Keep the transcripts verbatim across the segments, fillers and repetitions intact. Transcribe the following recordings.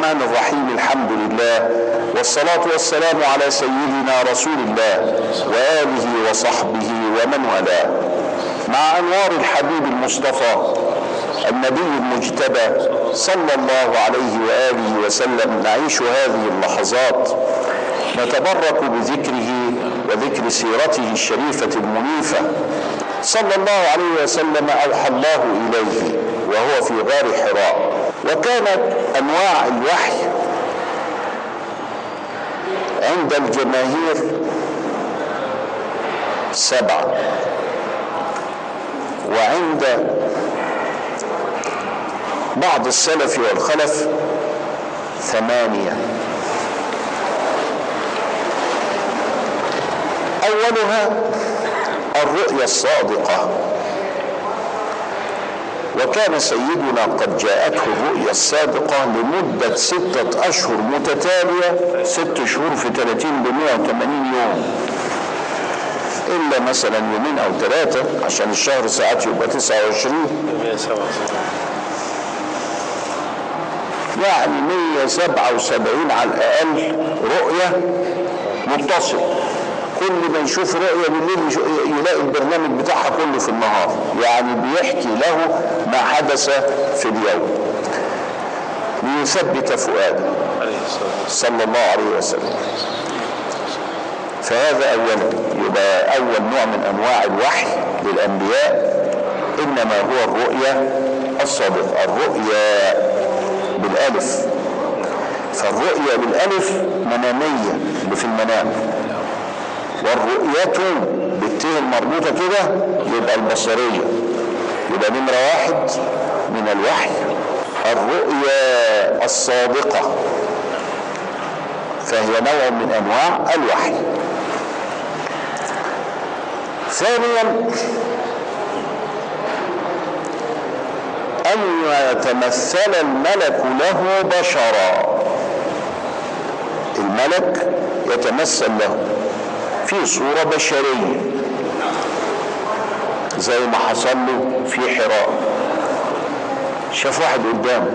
الرحمن الرحيم. الحمد لله والصلاة والسلام على سيدنا رسول الله وآله وصحبه ومن والاه، مع أنوار الحبيب المصطفى النبي المجتبى صلى الله عليه وآله وسلم. نعيش هذه اللحظات نتبرك بذكره وذكر سيرته الشريفة المنيفة صلى الله عليه وسلم. أوحى الله إليه وهو في غار حراء، وكانت أنواع الوحي عند الجماهير سبعة، وعند بعض السلف والخلف ثمانية. أولها الرؤيا الصادقة، وكان سيدنا قد جاءته الرؤيا الصادقة لمدة ستة أشهر متتالية، ست شهور في ثلاثين بمئة وثمانين يوم، إلا مثلا يومين أو ثلاثة عشان الشهر ساعات يبقى تسعة وعشرين، يعني مئة وسبعة وسبعين على الأقل رؤية متصل. كل ما يشوف رؤية بالليل يلاقي البرنامج بتاعها كله في النهار، يعني بيحكي له ما حدث في اليوم ليثبت فؤاده صلى الله عليه وسلم. فهذا أولا، يبقى أول نوع من أنواع الوحي للأنبياء إنما هو الرؤيا الصادقة، الرؤيا بالألف. فالرؤيا بالألف منامية اللي في المنام، والرؤية بالتاء المربوطة كده يبقى البصرية. يبقى نمرة واحد من الوحي الرؤيا الصادقة، فهي نوع من أنواع الوحي. ثانيا أن يتمثل الملك له بشرا، الملك يتمثل له في صورة بشرية زي ما حصل له في حراء. شاف واحد قدامه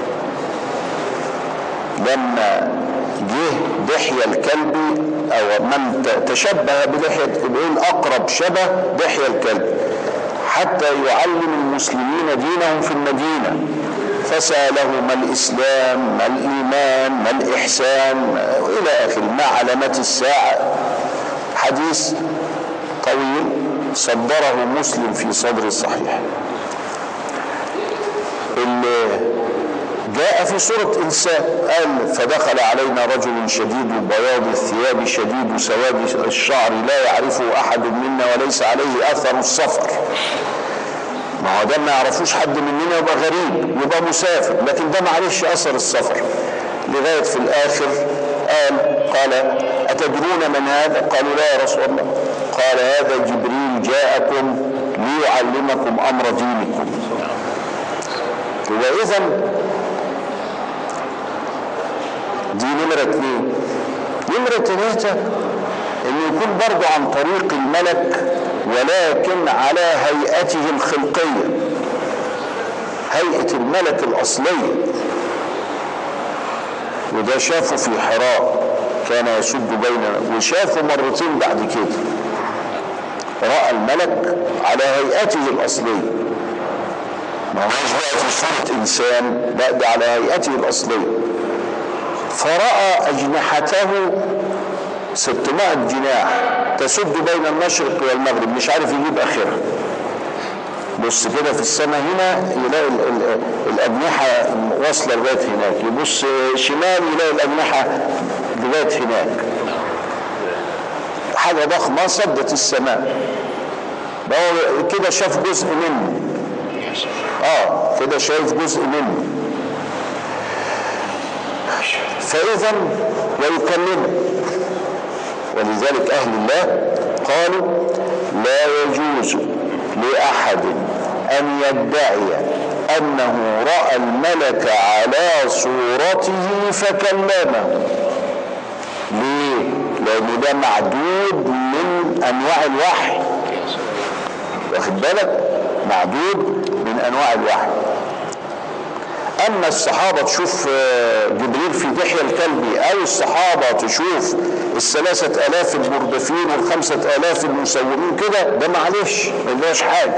لما جه دحية الكلبي، أو من تشبه بدحية بيقول أقرب شبه دحية الكلبي، حتى يعلم المسلمين دينهم في المدينة، فسأله ما الإسلام ما الإيمان ما الإحسان إلى آخر، ما علامات الساعة. حديث طويل صدره مسلم في صدر الصحيح، اللي جاء في صورة إنسان. قال فدخل علينا رجل شديد بياض الثياب شديد سواد الشعر لا يعرفه أحد منا وليس عليه أثر السفر. ما هو ده ما يعرفوش حد مننا يبقى غريب، يبقى مسافر، لكن ده معلش أثر السفر. لغاية في الآخر قال قال أتدرون من هذا؟ قالوا لا يا رسول الله. قال هذا جبريل جاءكم ليعلمكم أمر دينكم. وإذا دي نمرة اثنين. نمرة ثلاثة إنه يكون برضه عن طريق الملك، ولكن على هيئته الخلقية، هيئة الملك الأصلية. وده شافه في حراء، كان يسد بيننا، وشافه مرتين بعد كده. رأى الملك على هيئته الأصلية، ما هوش بقى في صورة إنسان، لا ده على هيئته الأصلية. فرأى أجنحته ستمائة جناح تسد بين المشرق والمغرب، مش عارف يجيب آخرها. بص كده في السماء هنا يلاقي ال ال الأجنحة واصلة لغاية هناك، يبص شمال يلاقي الأجنحة لغاية هناك. حاجة ضخمة سدت السماء. هو كده شاف جزء منه، اه كده شايف جزء منه. فإذا ويكلمه. ولذلك أهل الله قالوا لا يجوز لأحد أن يدعي أنه رأى الملك على صورته فكلمه. ليه؟ لأن ده معدود من أنواع الوحي، واخد بالك؟ معدود من أنواع الوحي. أما الصحابة تشوف جبريل في دحية الكلبي، أو الصحابة تشوف الثلاثة آلاف المردفين والخمسة آلاف المسومين كده، ده معلش ملهاش حاجة.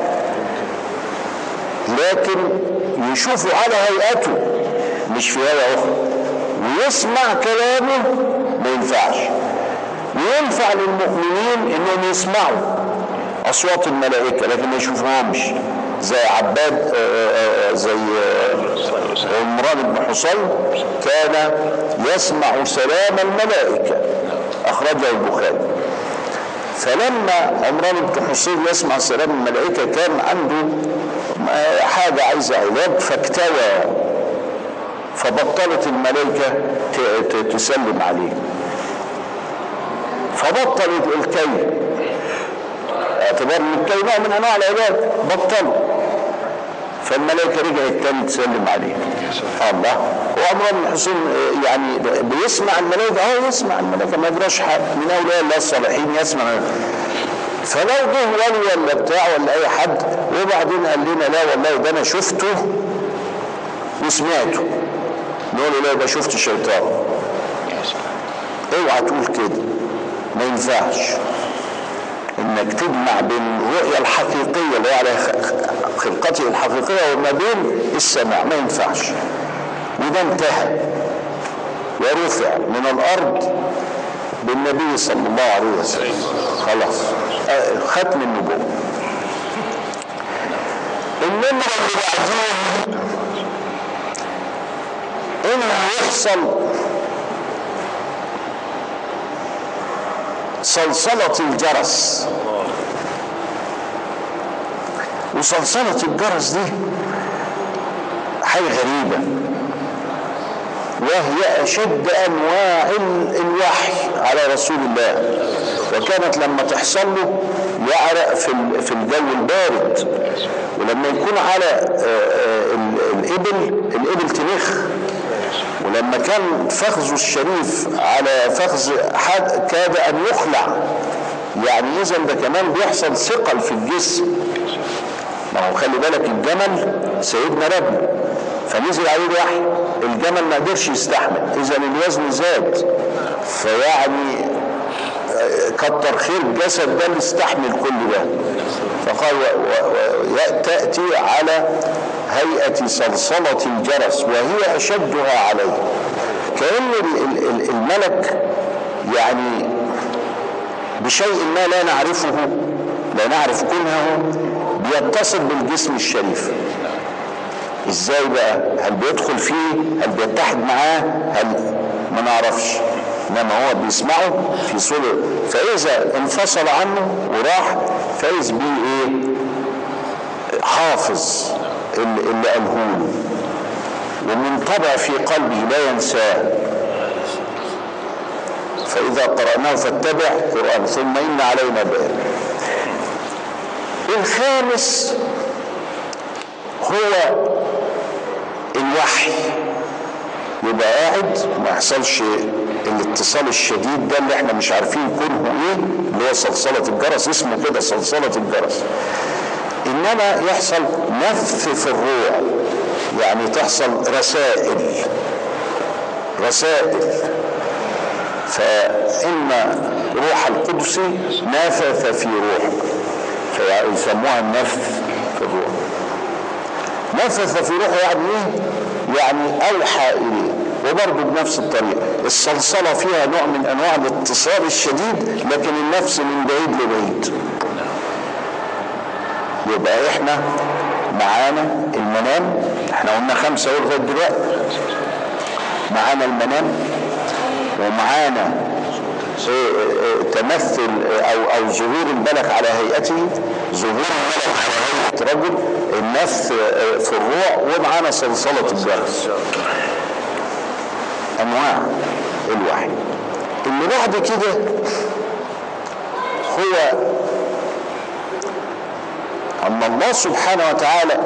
لكن يشوفوا على هيئته مش في هيئة أخرى، ويسمع كلامه ما ينفعش. وينفع للمؤمنين إنهم يسمعوا أصوات الملائكة لكن ما يشوفوهمش، زي عباد زي عمران بن حصين كان يسمع سلام الملائكة، أخرجه البخاري. فلما عمران بن حصين يسمع سلام الملائكة كان عنده حاجة عايزة علاج فاكتوى، فبطلت الملائكة تسلم عليه، فبطلت الكي، اعتبار ان الكي نوع من انواع العلاج، بطلوا. فالملائكة رجعت تاني تسلم عليه. الله، وعمران بن حصين يعني بيسمع الملائكة، اه يسمع الملائكة ما يجراش حاجة، من اولياء الله الصالحين يسمع. فلو جه ولي ولا بتاع ولا اي حد وبعدين قال لنا لا والله ده انا شفته وسمعته، نقول له لا ده شفت الشيطان. اوعى تقول كده، ما ينفعش انك تجمع بين الرؤية الحقيقية اللي هي على خلقته الحقيقية وما بين السماع، ما ينفعش. وده انتهى ورفع من الارض بالنبي صلى الله عليه وسلم، خلاص ختم النبوة. النمرة اللي بعدين انه يحصل صلصلة الجرس. وصلصلة الجرس دي حاجة غريبة، وهي أشد أنواع الوحي على رسول الله. وكانت لما تحصل له يعرق في الجو البارد، ولما يكون على الإبل الإبل تنخ، ولما كان فخذه الشريف على فخذ حد كاد أن يخلع، يعني إذا ده كمان بيحصل ثقل في الجسم. ما هو خلي بالك الجمل سيدنا ربنا فنزل عليه وحي، الجمل ما قدرش يستحمل، إذا الوزن زاد، فيعني كتر خير الجسد ده اللي استحمل كل ده. فقال تأتي على هيئة صلصلة الجرس وهي أشدها عليه. كأن الملك يعني بشيء ما لا نعرفه، لا نعرف كنهه، بيتصل بالجسم الشريف. ازاي بقى؟ هل بيدخل فيه؟ هل بيتحد معاه؟ هل ما نعرفش، انما هو بيسمعه في صدر. فاذا انفصل عنه وراح فايز بيه ايه؟ حافظ اللي قاله له، ومنطبع في قلبه لا ينساه. فاذا قرأناه فاتبع قرآن ثم إن علينا بيان. الخامس هو الوحي، يبقى قاعد ما يحصلش الاتصال الشديد ده اللي احنا مش عارفين كونه ايه، اللي هو صلصلة الجرس، اسمه كده صلصلة الجرس. انما يحصل نفث في الروح، يعني تحصل رسائل رسائل فإن روح القدس نفث في روح، فيسموها النفث في الروح. نفث في روح يعني ايه؟ يعني اوحى اليه. وبرضه بنفس الطريقه الصلصله فيها نوع من انواع الاتصال الشديد، لكن النفس من بعيد لبعيد. يبقى احنا معانا المنام، احنا قلنا خمسه لغايه دلوقتي. معانا المنام، ومعانا تمثل او او ظهور الملك على هيئته، ظهور الملك على هيئه رجل، النفث في الروح، ومعانا صلصله الجرس. انواع الوحي. اللي بعد كده هو ان الله سبحانه وتعالى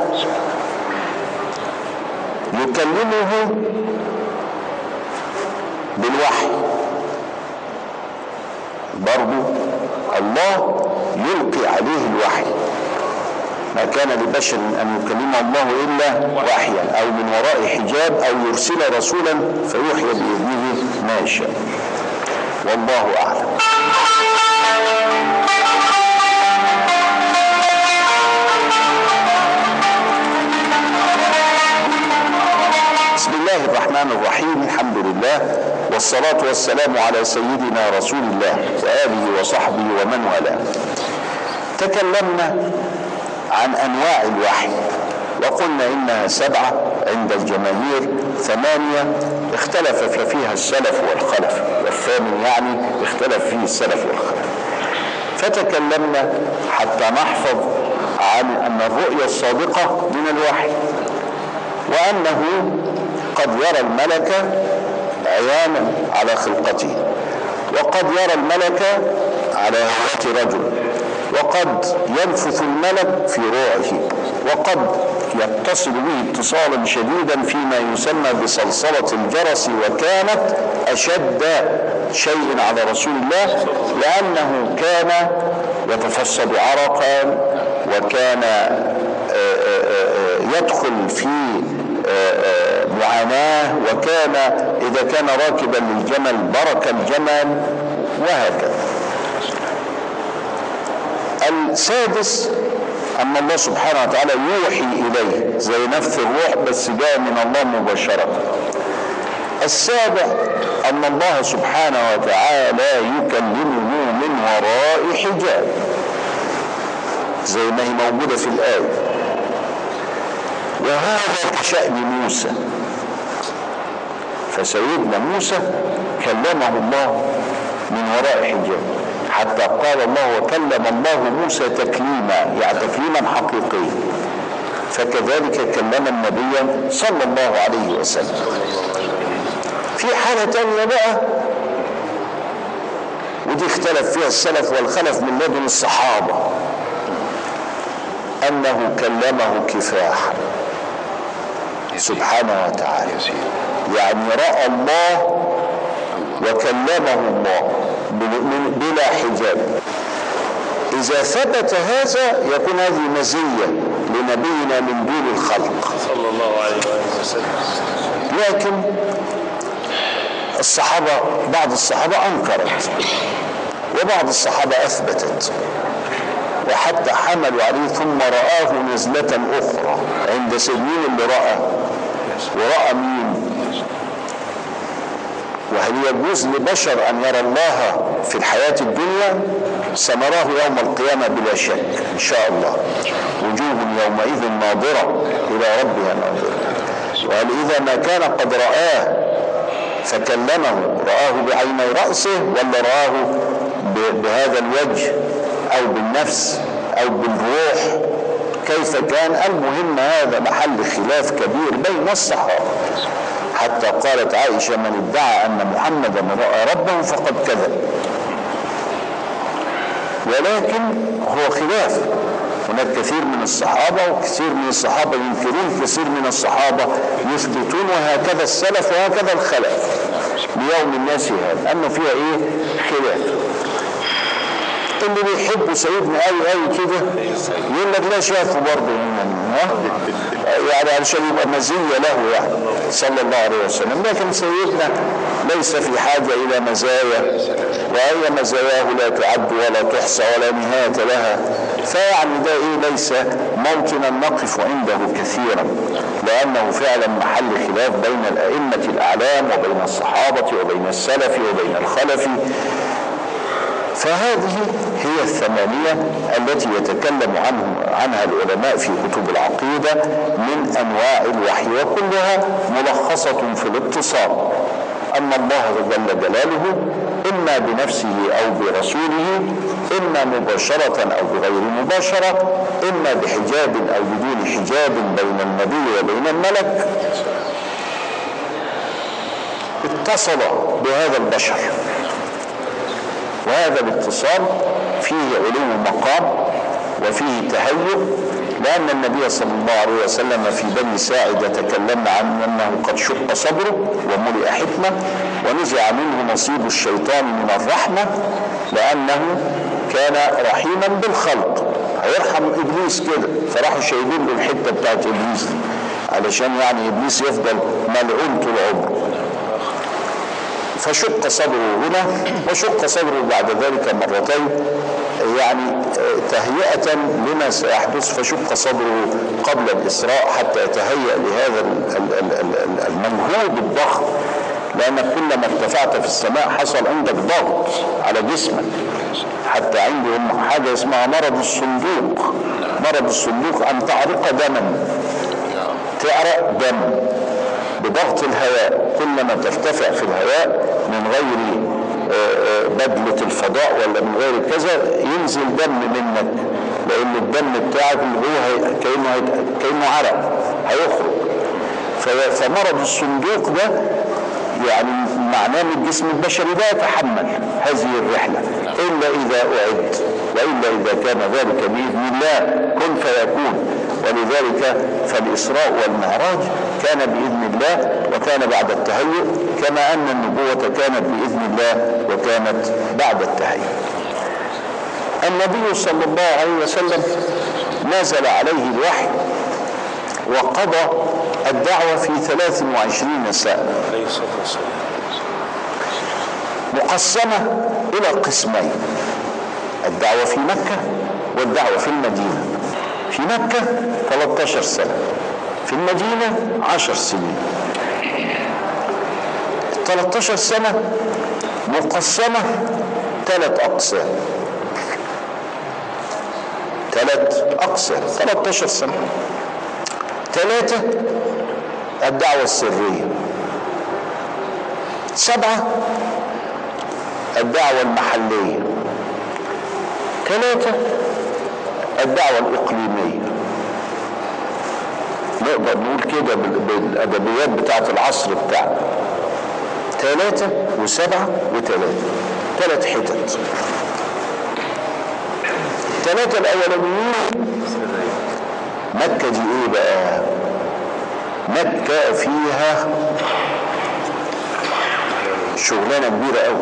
يكلمه بالوحي. برضو الله يلقي عليه الوحي. ما كان لبشر أن يكلمه الله إلا وحيا أو من وراء حجاب أو يرسل رسولا فيوحي بإذنه ما يشاء، والله أعلم. بسم الله الرحمن الرحيم، الحمد لله والصلاة والسلام على سيدنا رسول الله وآله وصحبه ومن والاه. تكلمنا عن أنواع الوحي وقلنا إنها سبعة عند الجماهير، ثمانية اختلف فيها السلف والخلف، والثامن يعني اختلف فيه السلف والخلف. فتكلمنا حتى نحفظ عن أن الرؤيا الصادقة من الوحي، وأنه قد يرى الملك عيانا على خلقته، وقد يرى الملك على هيئة رجل، وقد ينفث الملك في روعه، وقد يتصل به اتصالا شديدا فيما يسمى بصلصلة الجرس، وكانت أشد شيء على رسول الله لأنه كان يتفصد عرقا، وكان يدخل في معاناة، وكان إذا كان راكبا للجمل برك الجمل، وهكذا. السادس أن الله سبحانه وتعالى يوحي إليه زي نفث الروح، بس جاء من الله مباشرة. السابع أن الله سبحانه وتعالى يكلمه من وراء حجاب زي ما هي موجودة في الآية، وهذا كشأن موسى. فسيدنا موسى كلمه الله من وراء حجاب، حتى قال الله وكلم الله موسى تكليما، يعني تكليما حقيقيا. فكذلك كلم النبي صلى الله عليه وسلم. في حالة تانية بقى، ودي اختلف فيها السلف والخلف من لدن الصحابة، أنه كلمه كفاحا سبحانه وتعالى، يعني رأى الله وكلمه الله بلا حجاب. إذا ثبت هذا يكون هذه مزية لنبينا من دون الخلق صلى الله عليه وسلم. لكن الصحابة، بعض الصحابة أنكرت وبعض الصحابة أثبتت، وحتى حملوا عليه ثم رآه نزلة أخرى عند سيدنا اللي رأى ورأى مين. وهل يجوز لبشر أن يرى الله في الحياة الدنيا؟ سنراه يوم القيامة بلا شك إن شاء الله، وجوه يومئذ ناظرة إلى ربها ناظرة. وهل إذا ما كان قد رآه فكلمه، رآه بعيني رأسه ولا رآه بهذا الوجه أو بالنفس أو بالروح؟ كيف كان؟ المهم هذا محل خلاف كبير بين الصحابة، حتى قالت عائشة من ادعى أن محمدا رأى ربه فقد كذب. ولكن هو خلاف، هناك كثير من الصحابة وكثير من الصحابة ينكرون، كثير من الصحابة يثبتون، وهكذا السلف وهكذا الخلف ليوم الناس هذا، أنه فيها إيه؟ خلاف. اللي بيحبوا سيدنا قوي قوي كده يقول لك لا شافه برضه يعني علشان يبقى مزيه له يعني صلى الله عليه وسلم. لكن سيدنا ليس في حاجه الى مزايا، واي مزاياه لا تعد ولا تحصى ولا نهايه لها. فيعني ده ايه؟ ليس موطنا نقف عنده كثيرا، لانه فعلا محل خلاف بين الائمه الاعلام وبين الصحابه وبين السلف وبين الخلف. فهذه هي الثمانية التي يتكلم عنه عنها العلماء في كتب العقيدة من أنواع الوحي، وكلها ملخصة في الاتصال، أن الله جل جلاله إما بنفسه أو برسوله، إما مباشرة أو بغير مباشرة، إما بحجاب أو بدون حجاب بين النبي وبين الملك، اتصل بهذا البشر. وهذا الاتصال فيه علو مقام وفيه تهيؤ، لأن النبي صلى الله عليه وسلم في بني ساعدة تكلمنا عن أنه قد شق صدره وملئ حكمة ونزع منه نصيب الشيطان من الرحمة، لأنه كان رحيما بالخلق هيرحم ابليس كده، فراحوا شايلين له الحته بتاعت ابليس دي علشان يعني ابليس يفضل ملعون طول عمره. فشق صدره هنا وشق صدره بعد ذلك مرتين، يعني تهيئة لما سيحدث. فشق صدره قبل الإسراء حتى يتهيأ لهذا المجهود الضخم، لأنك كلما ارتفعت في السماء حصل عندك ضغط على جسمك، حتى عندهم حاجة اسمها مرض الصندوق. مرض الصندوق أن تعرق دما، تعرق دم بضغط الهواء. كلما ترتفع في الهواء من غير بدلة الفضاء ولا من غير كذا ينزل دم منك، لأن الدم بتاعك اللي هو كأنه كأنه عرق هيخرج. فمرض الصندوق ده يعني معناه ان الجسم البشري لا يتحمل هذه الرحلة إلا إذا أعد، وإلا إذا كان ذلك بإذن الله كن فيكون. ولذلك فالإسراء والمعراج كان بإذن الله وكان بعد التهيؤ، كما أن النبوة كانت بإذن الله وكانت بعد التهيؤ. النبي صلى الله عليه وسلم نزل عليه الوحي وقضى الدعوة في ثلاث وعشرين سنة مقسمة إلى قسمين: الدعوة في مكة والدعوة في المدينة. في مكة ثلاثة عشر سنة، في المدينة عشر سنين. ثلاثة عشر سنة مقسمة ثلاث أقسام، ثلاث أقسام ثلاثة عشر سنة. ثلاثة الدعوة السرية، سبعة الدعوة المحلية، ثلاثة الدعوة الإقليمية. نقدر نقول كده بالأدبيات بتاعت العصر بتاعنا: ثلاثة وسبعة وثلاثة، ثلاث حتت. الثلاثة الأولانيين مكة دي إيه بقى؟ مكة فيها شغلانة كبيرة قوي،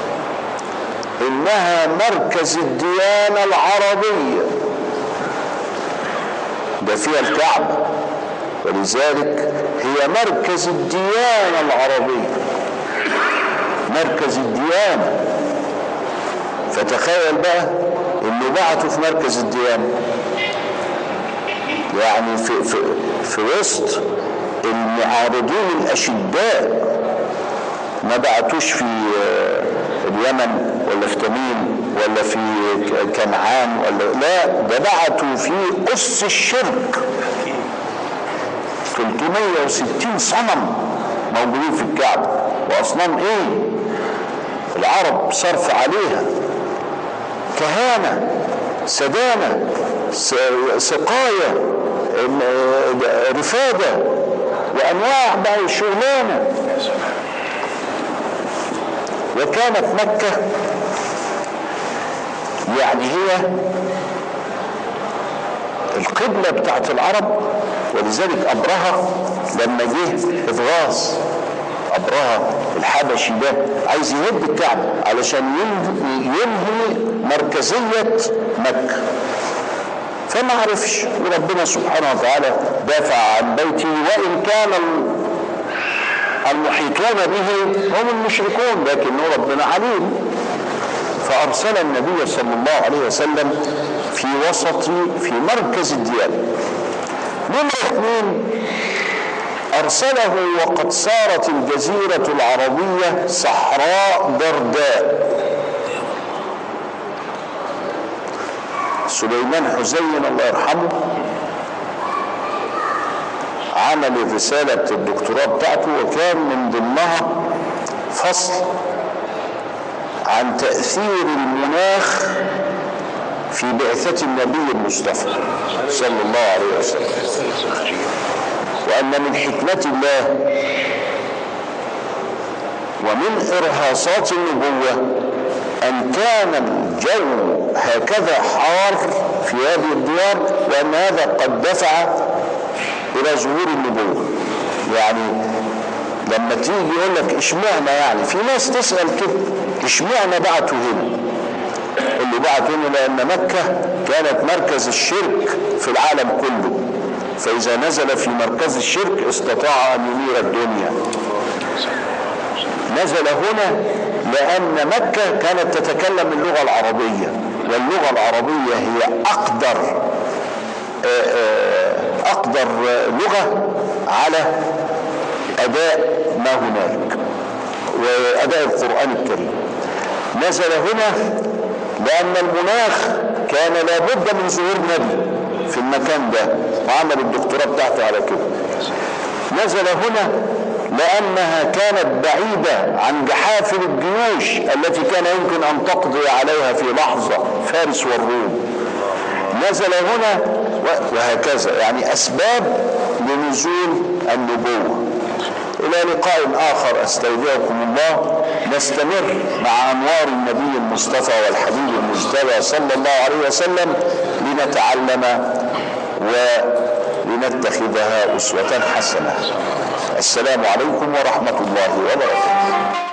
إنها مركز الديانة العربية، ده فيها الكعبة، ولذلك هي مركز الديانة العربية، مركز الديانة. فتخيل بقى إنه بعتوا في مركز الديانة، يعني في, في, في وسط المعارضين الأشداء، ما بعتوش في اليمن ولا في تميم ولا في كنعان ولا لا، ده بعتوا في قص الشرك. ثلاثمائة وستين صنم موجودين في الكعبة، وأصنام إيه؟ العرب صرف عليها كهانة، سدانة، سقاية، رفادة، وأنواع بقى الشغلانة. وكانت مكة يعني هي القبلة بتاعت العرب. ولذلك أبرهة لما جه إضغاث، أبرهة الحبشي ده عايز يهد الكعبة علشان ينهي مركزية مكة، فما عرفش، وربنا سبحانه وتعالى دافع عن بيته، وإن كان المحيطون به هم المشركون، لكنه ربنا عليم. فأرسل النبي صلى الله عليه وسلم في وسط، في مركز الديانة. نمرة اثنين، أرسله وقد صارت الجزيرة العربية صحراء برداء. سليمان حزين الله يرحمه عمل رسالة الدكتوراه بتاعته، وكان من ضمنها فصل عن تأثير المناخ في بعثة النبي المصطفى صلى الله عليه وسلم، وأن من حكمة الله ومن إرهاصات النبوة أن كان الجو هكذا حار في هذه الديار، وأن هذا قد دفع إلى ظهور النبوة. يعني لما تيجي يقول لك اشمعنى، يعني في ناس تسأل كده اشمعنى بعتوا هنا، اللي بعت هنا لأن مكة كانت مركز الشرك في العالم كله، فإذا نزل في مركز الشرك استطاع أن ينير الدنيا. نزل هنا لأن مكة كانت تتكلم اللغة العربية، واللغة العربية هي أقدر أقدر لغة على أداء ما هناك وأداء القرآن الكريم. نزل هنا لأن المناخ كان لابد من ظهور نبي في المكان ده، وعمل الدكتوراه بتاعته على كده. نزل هنا لأنها كانت بعيدة عن جحافل الجيوش التي كان يمكن أن تقضي عليها في لحظة، فارس والروم. نزل هنا وهكذا، يعني أسباب لنزول النبوة. إلى لقاء آخر أستودعكم الله، نستمر مع أنوار النبي المصطفى والحبيب المجتبى صلى الله عليه وسلم لنتعلم ولنتخذها أسوة حسنة. السلام عليكم ورحمة الله وبركاته.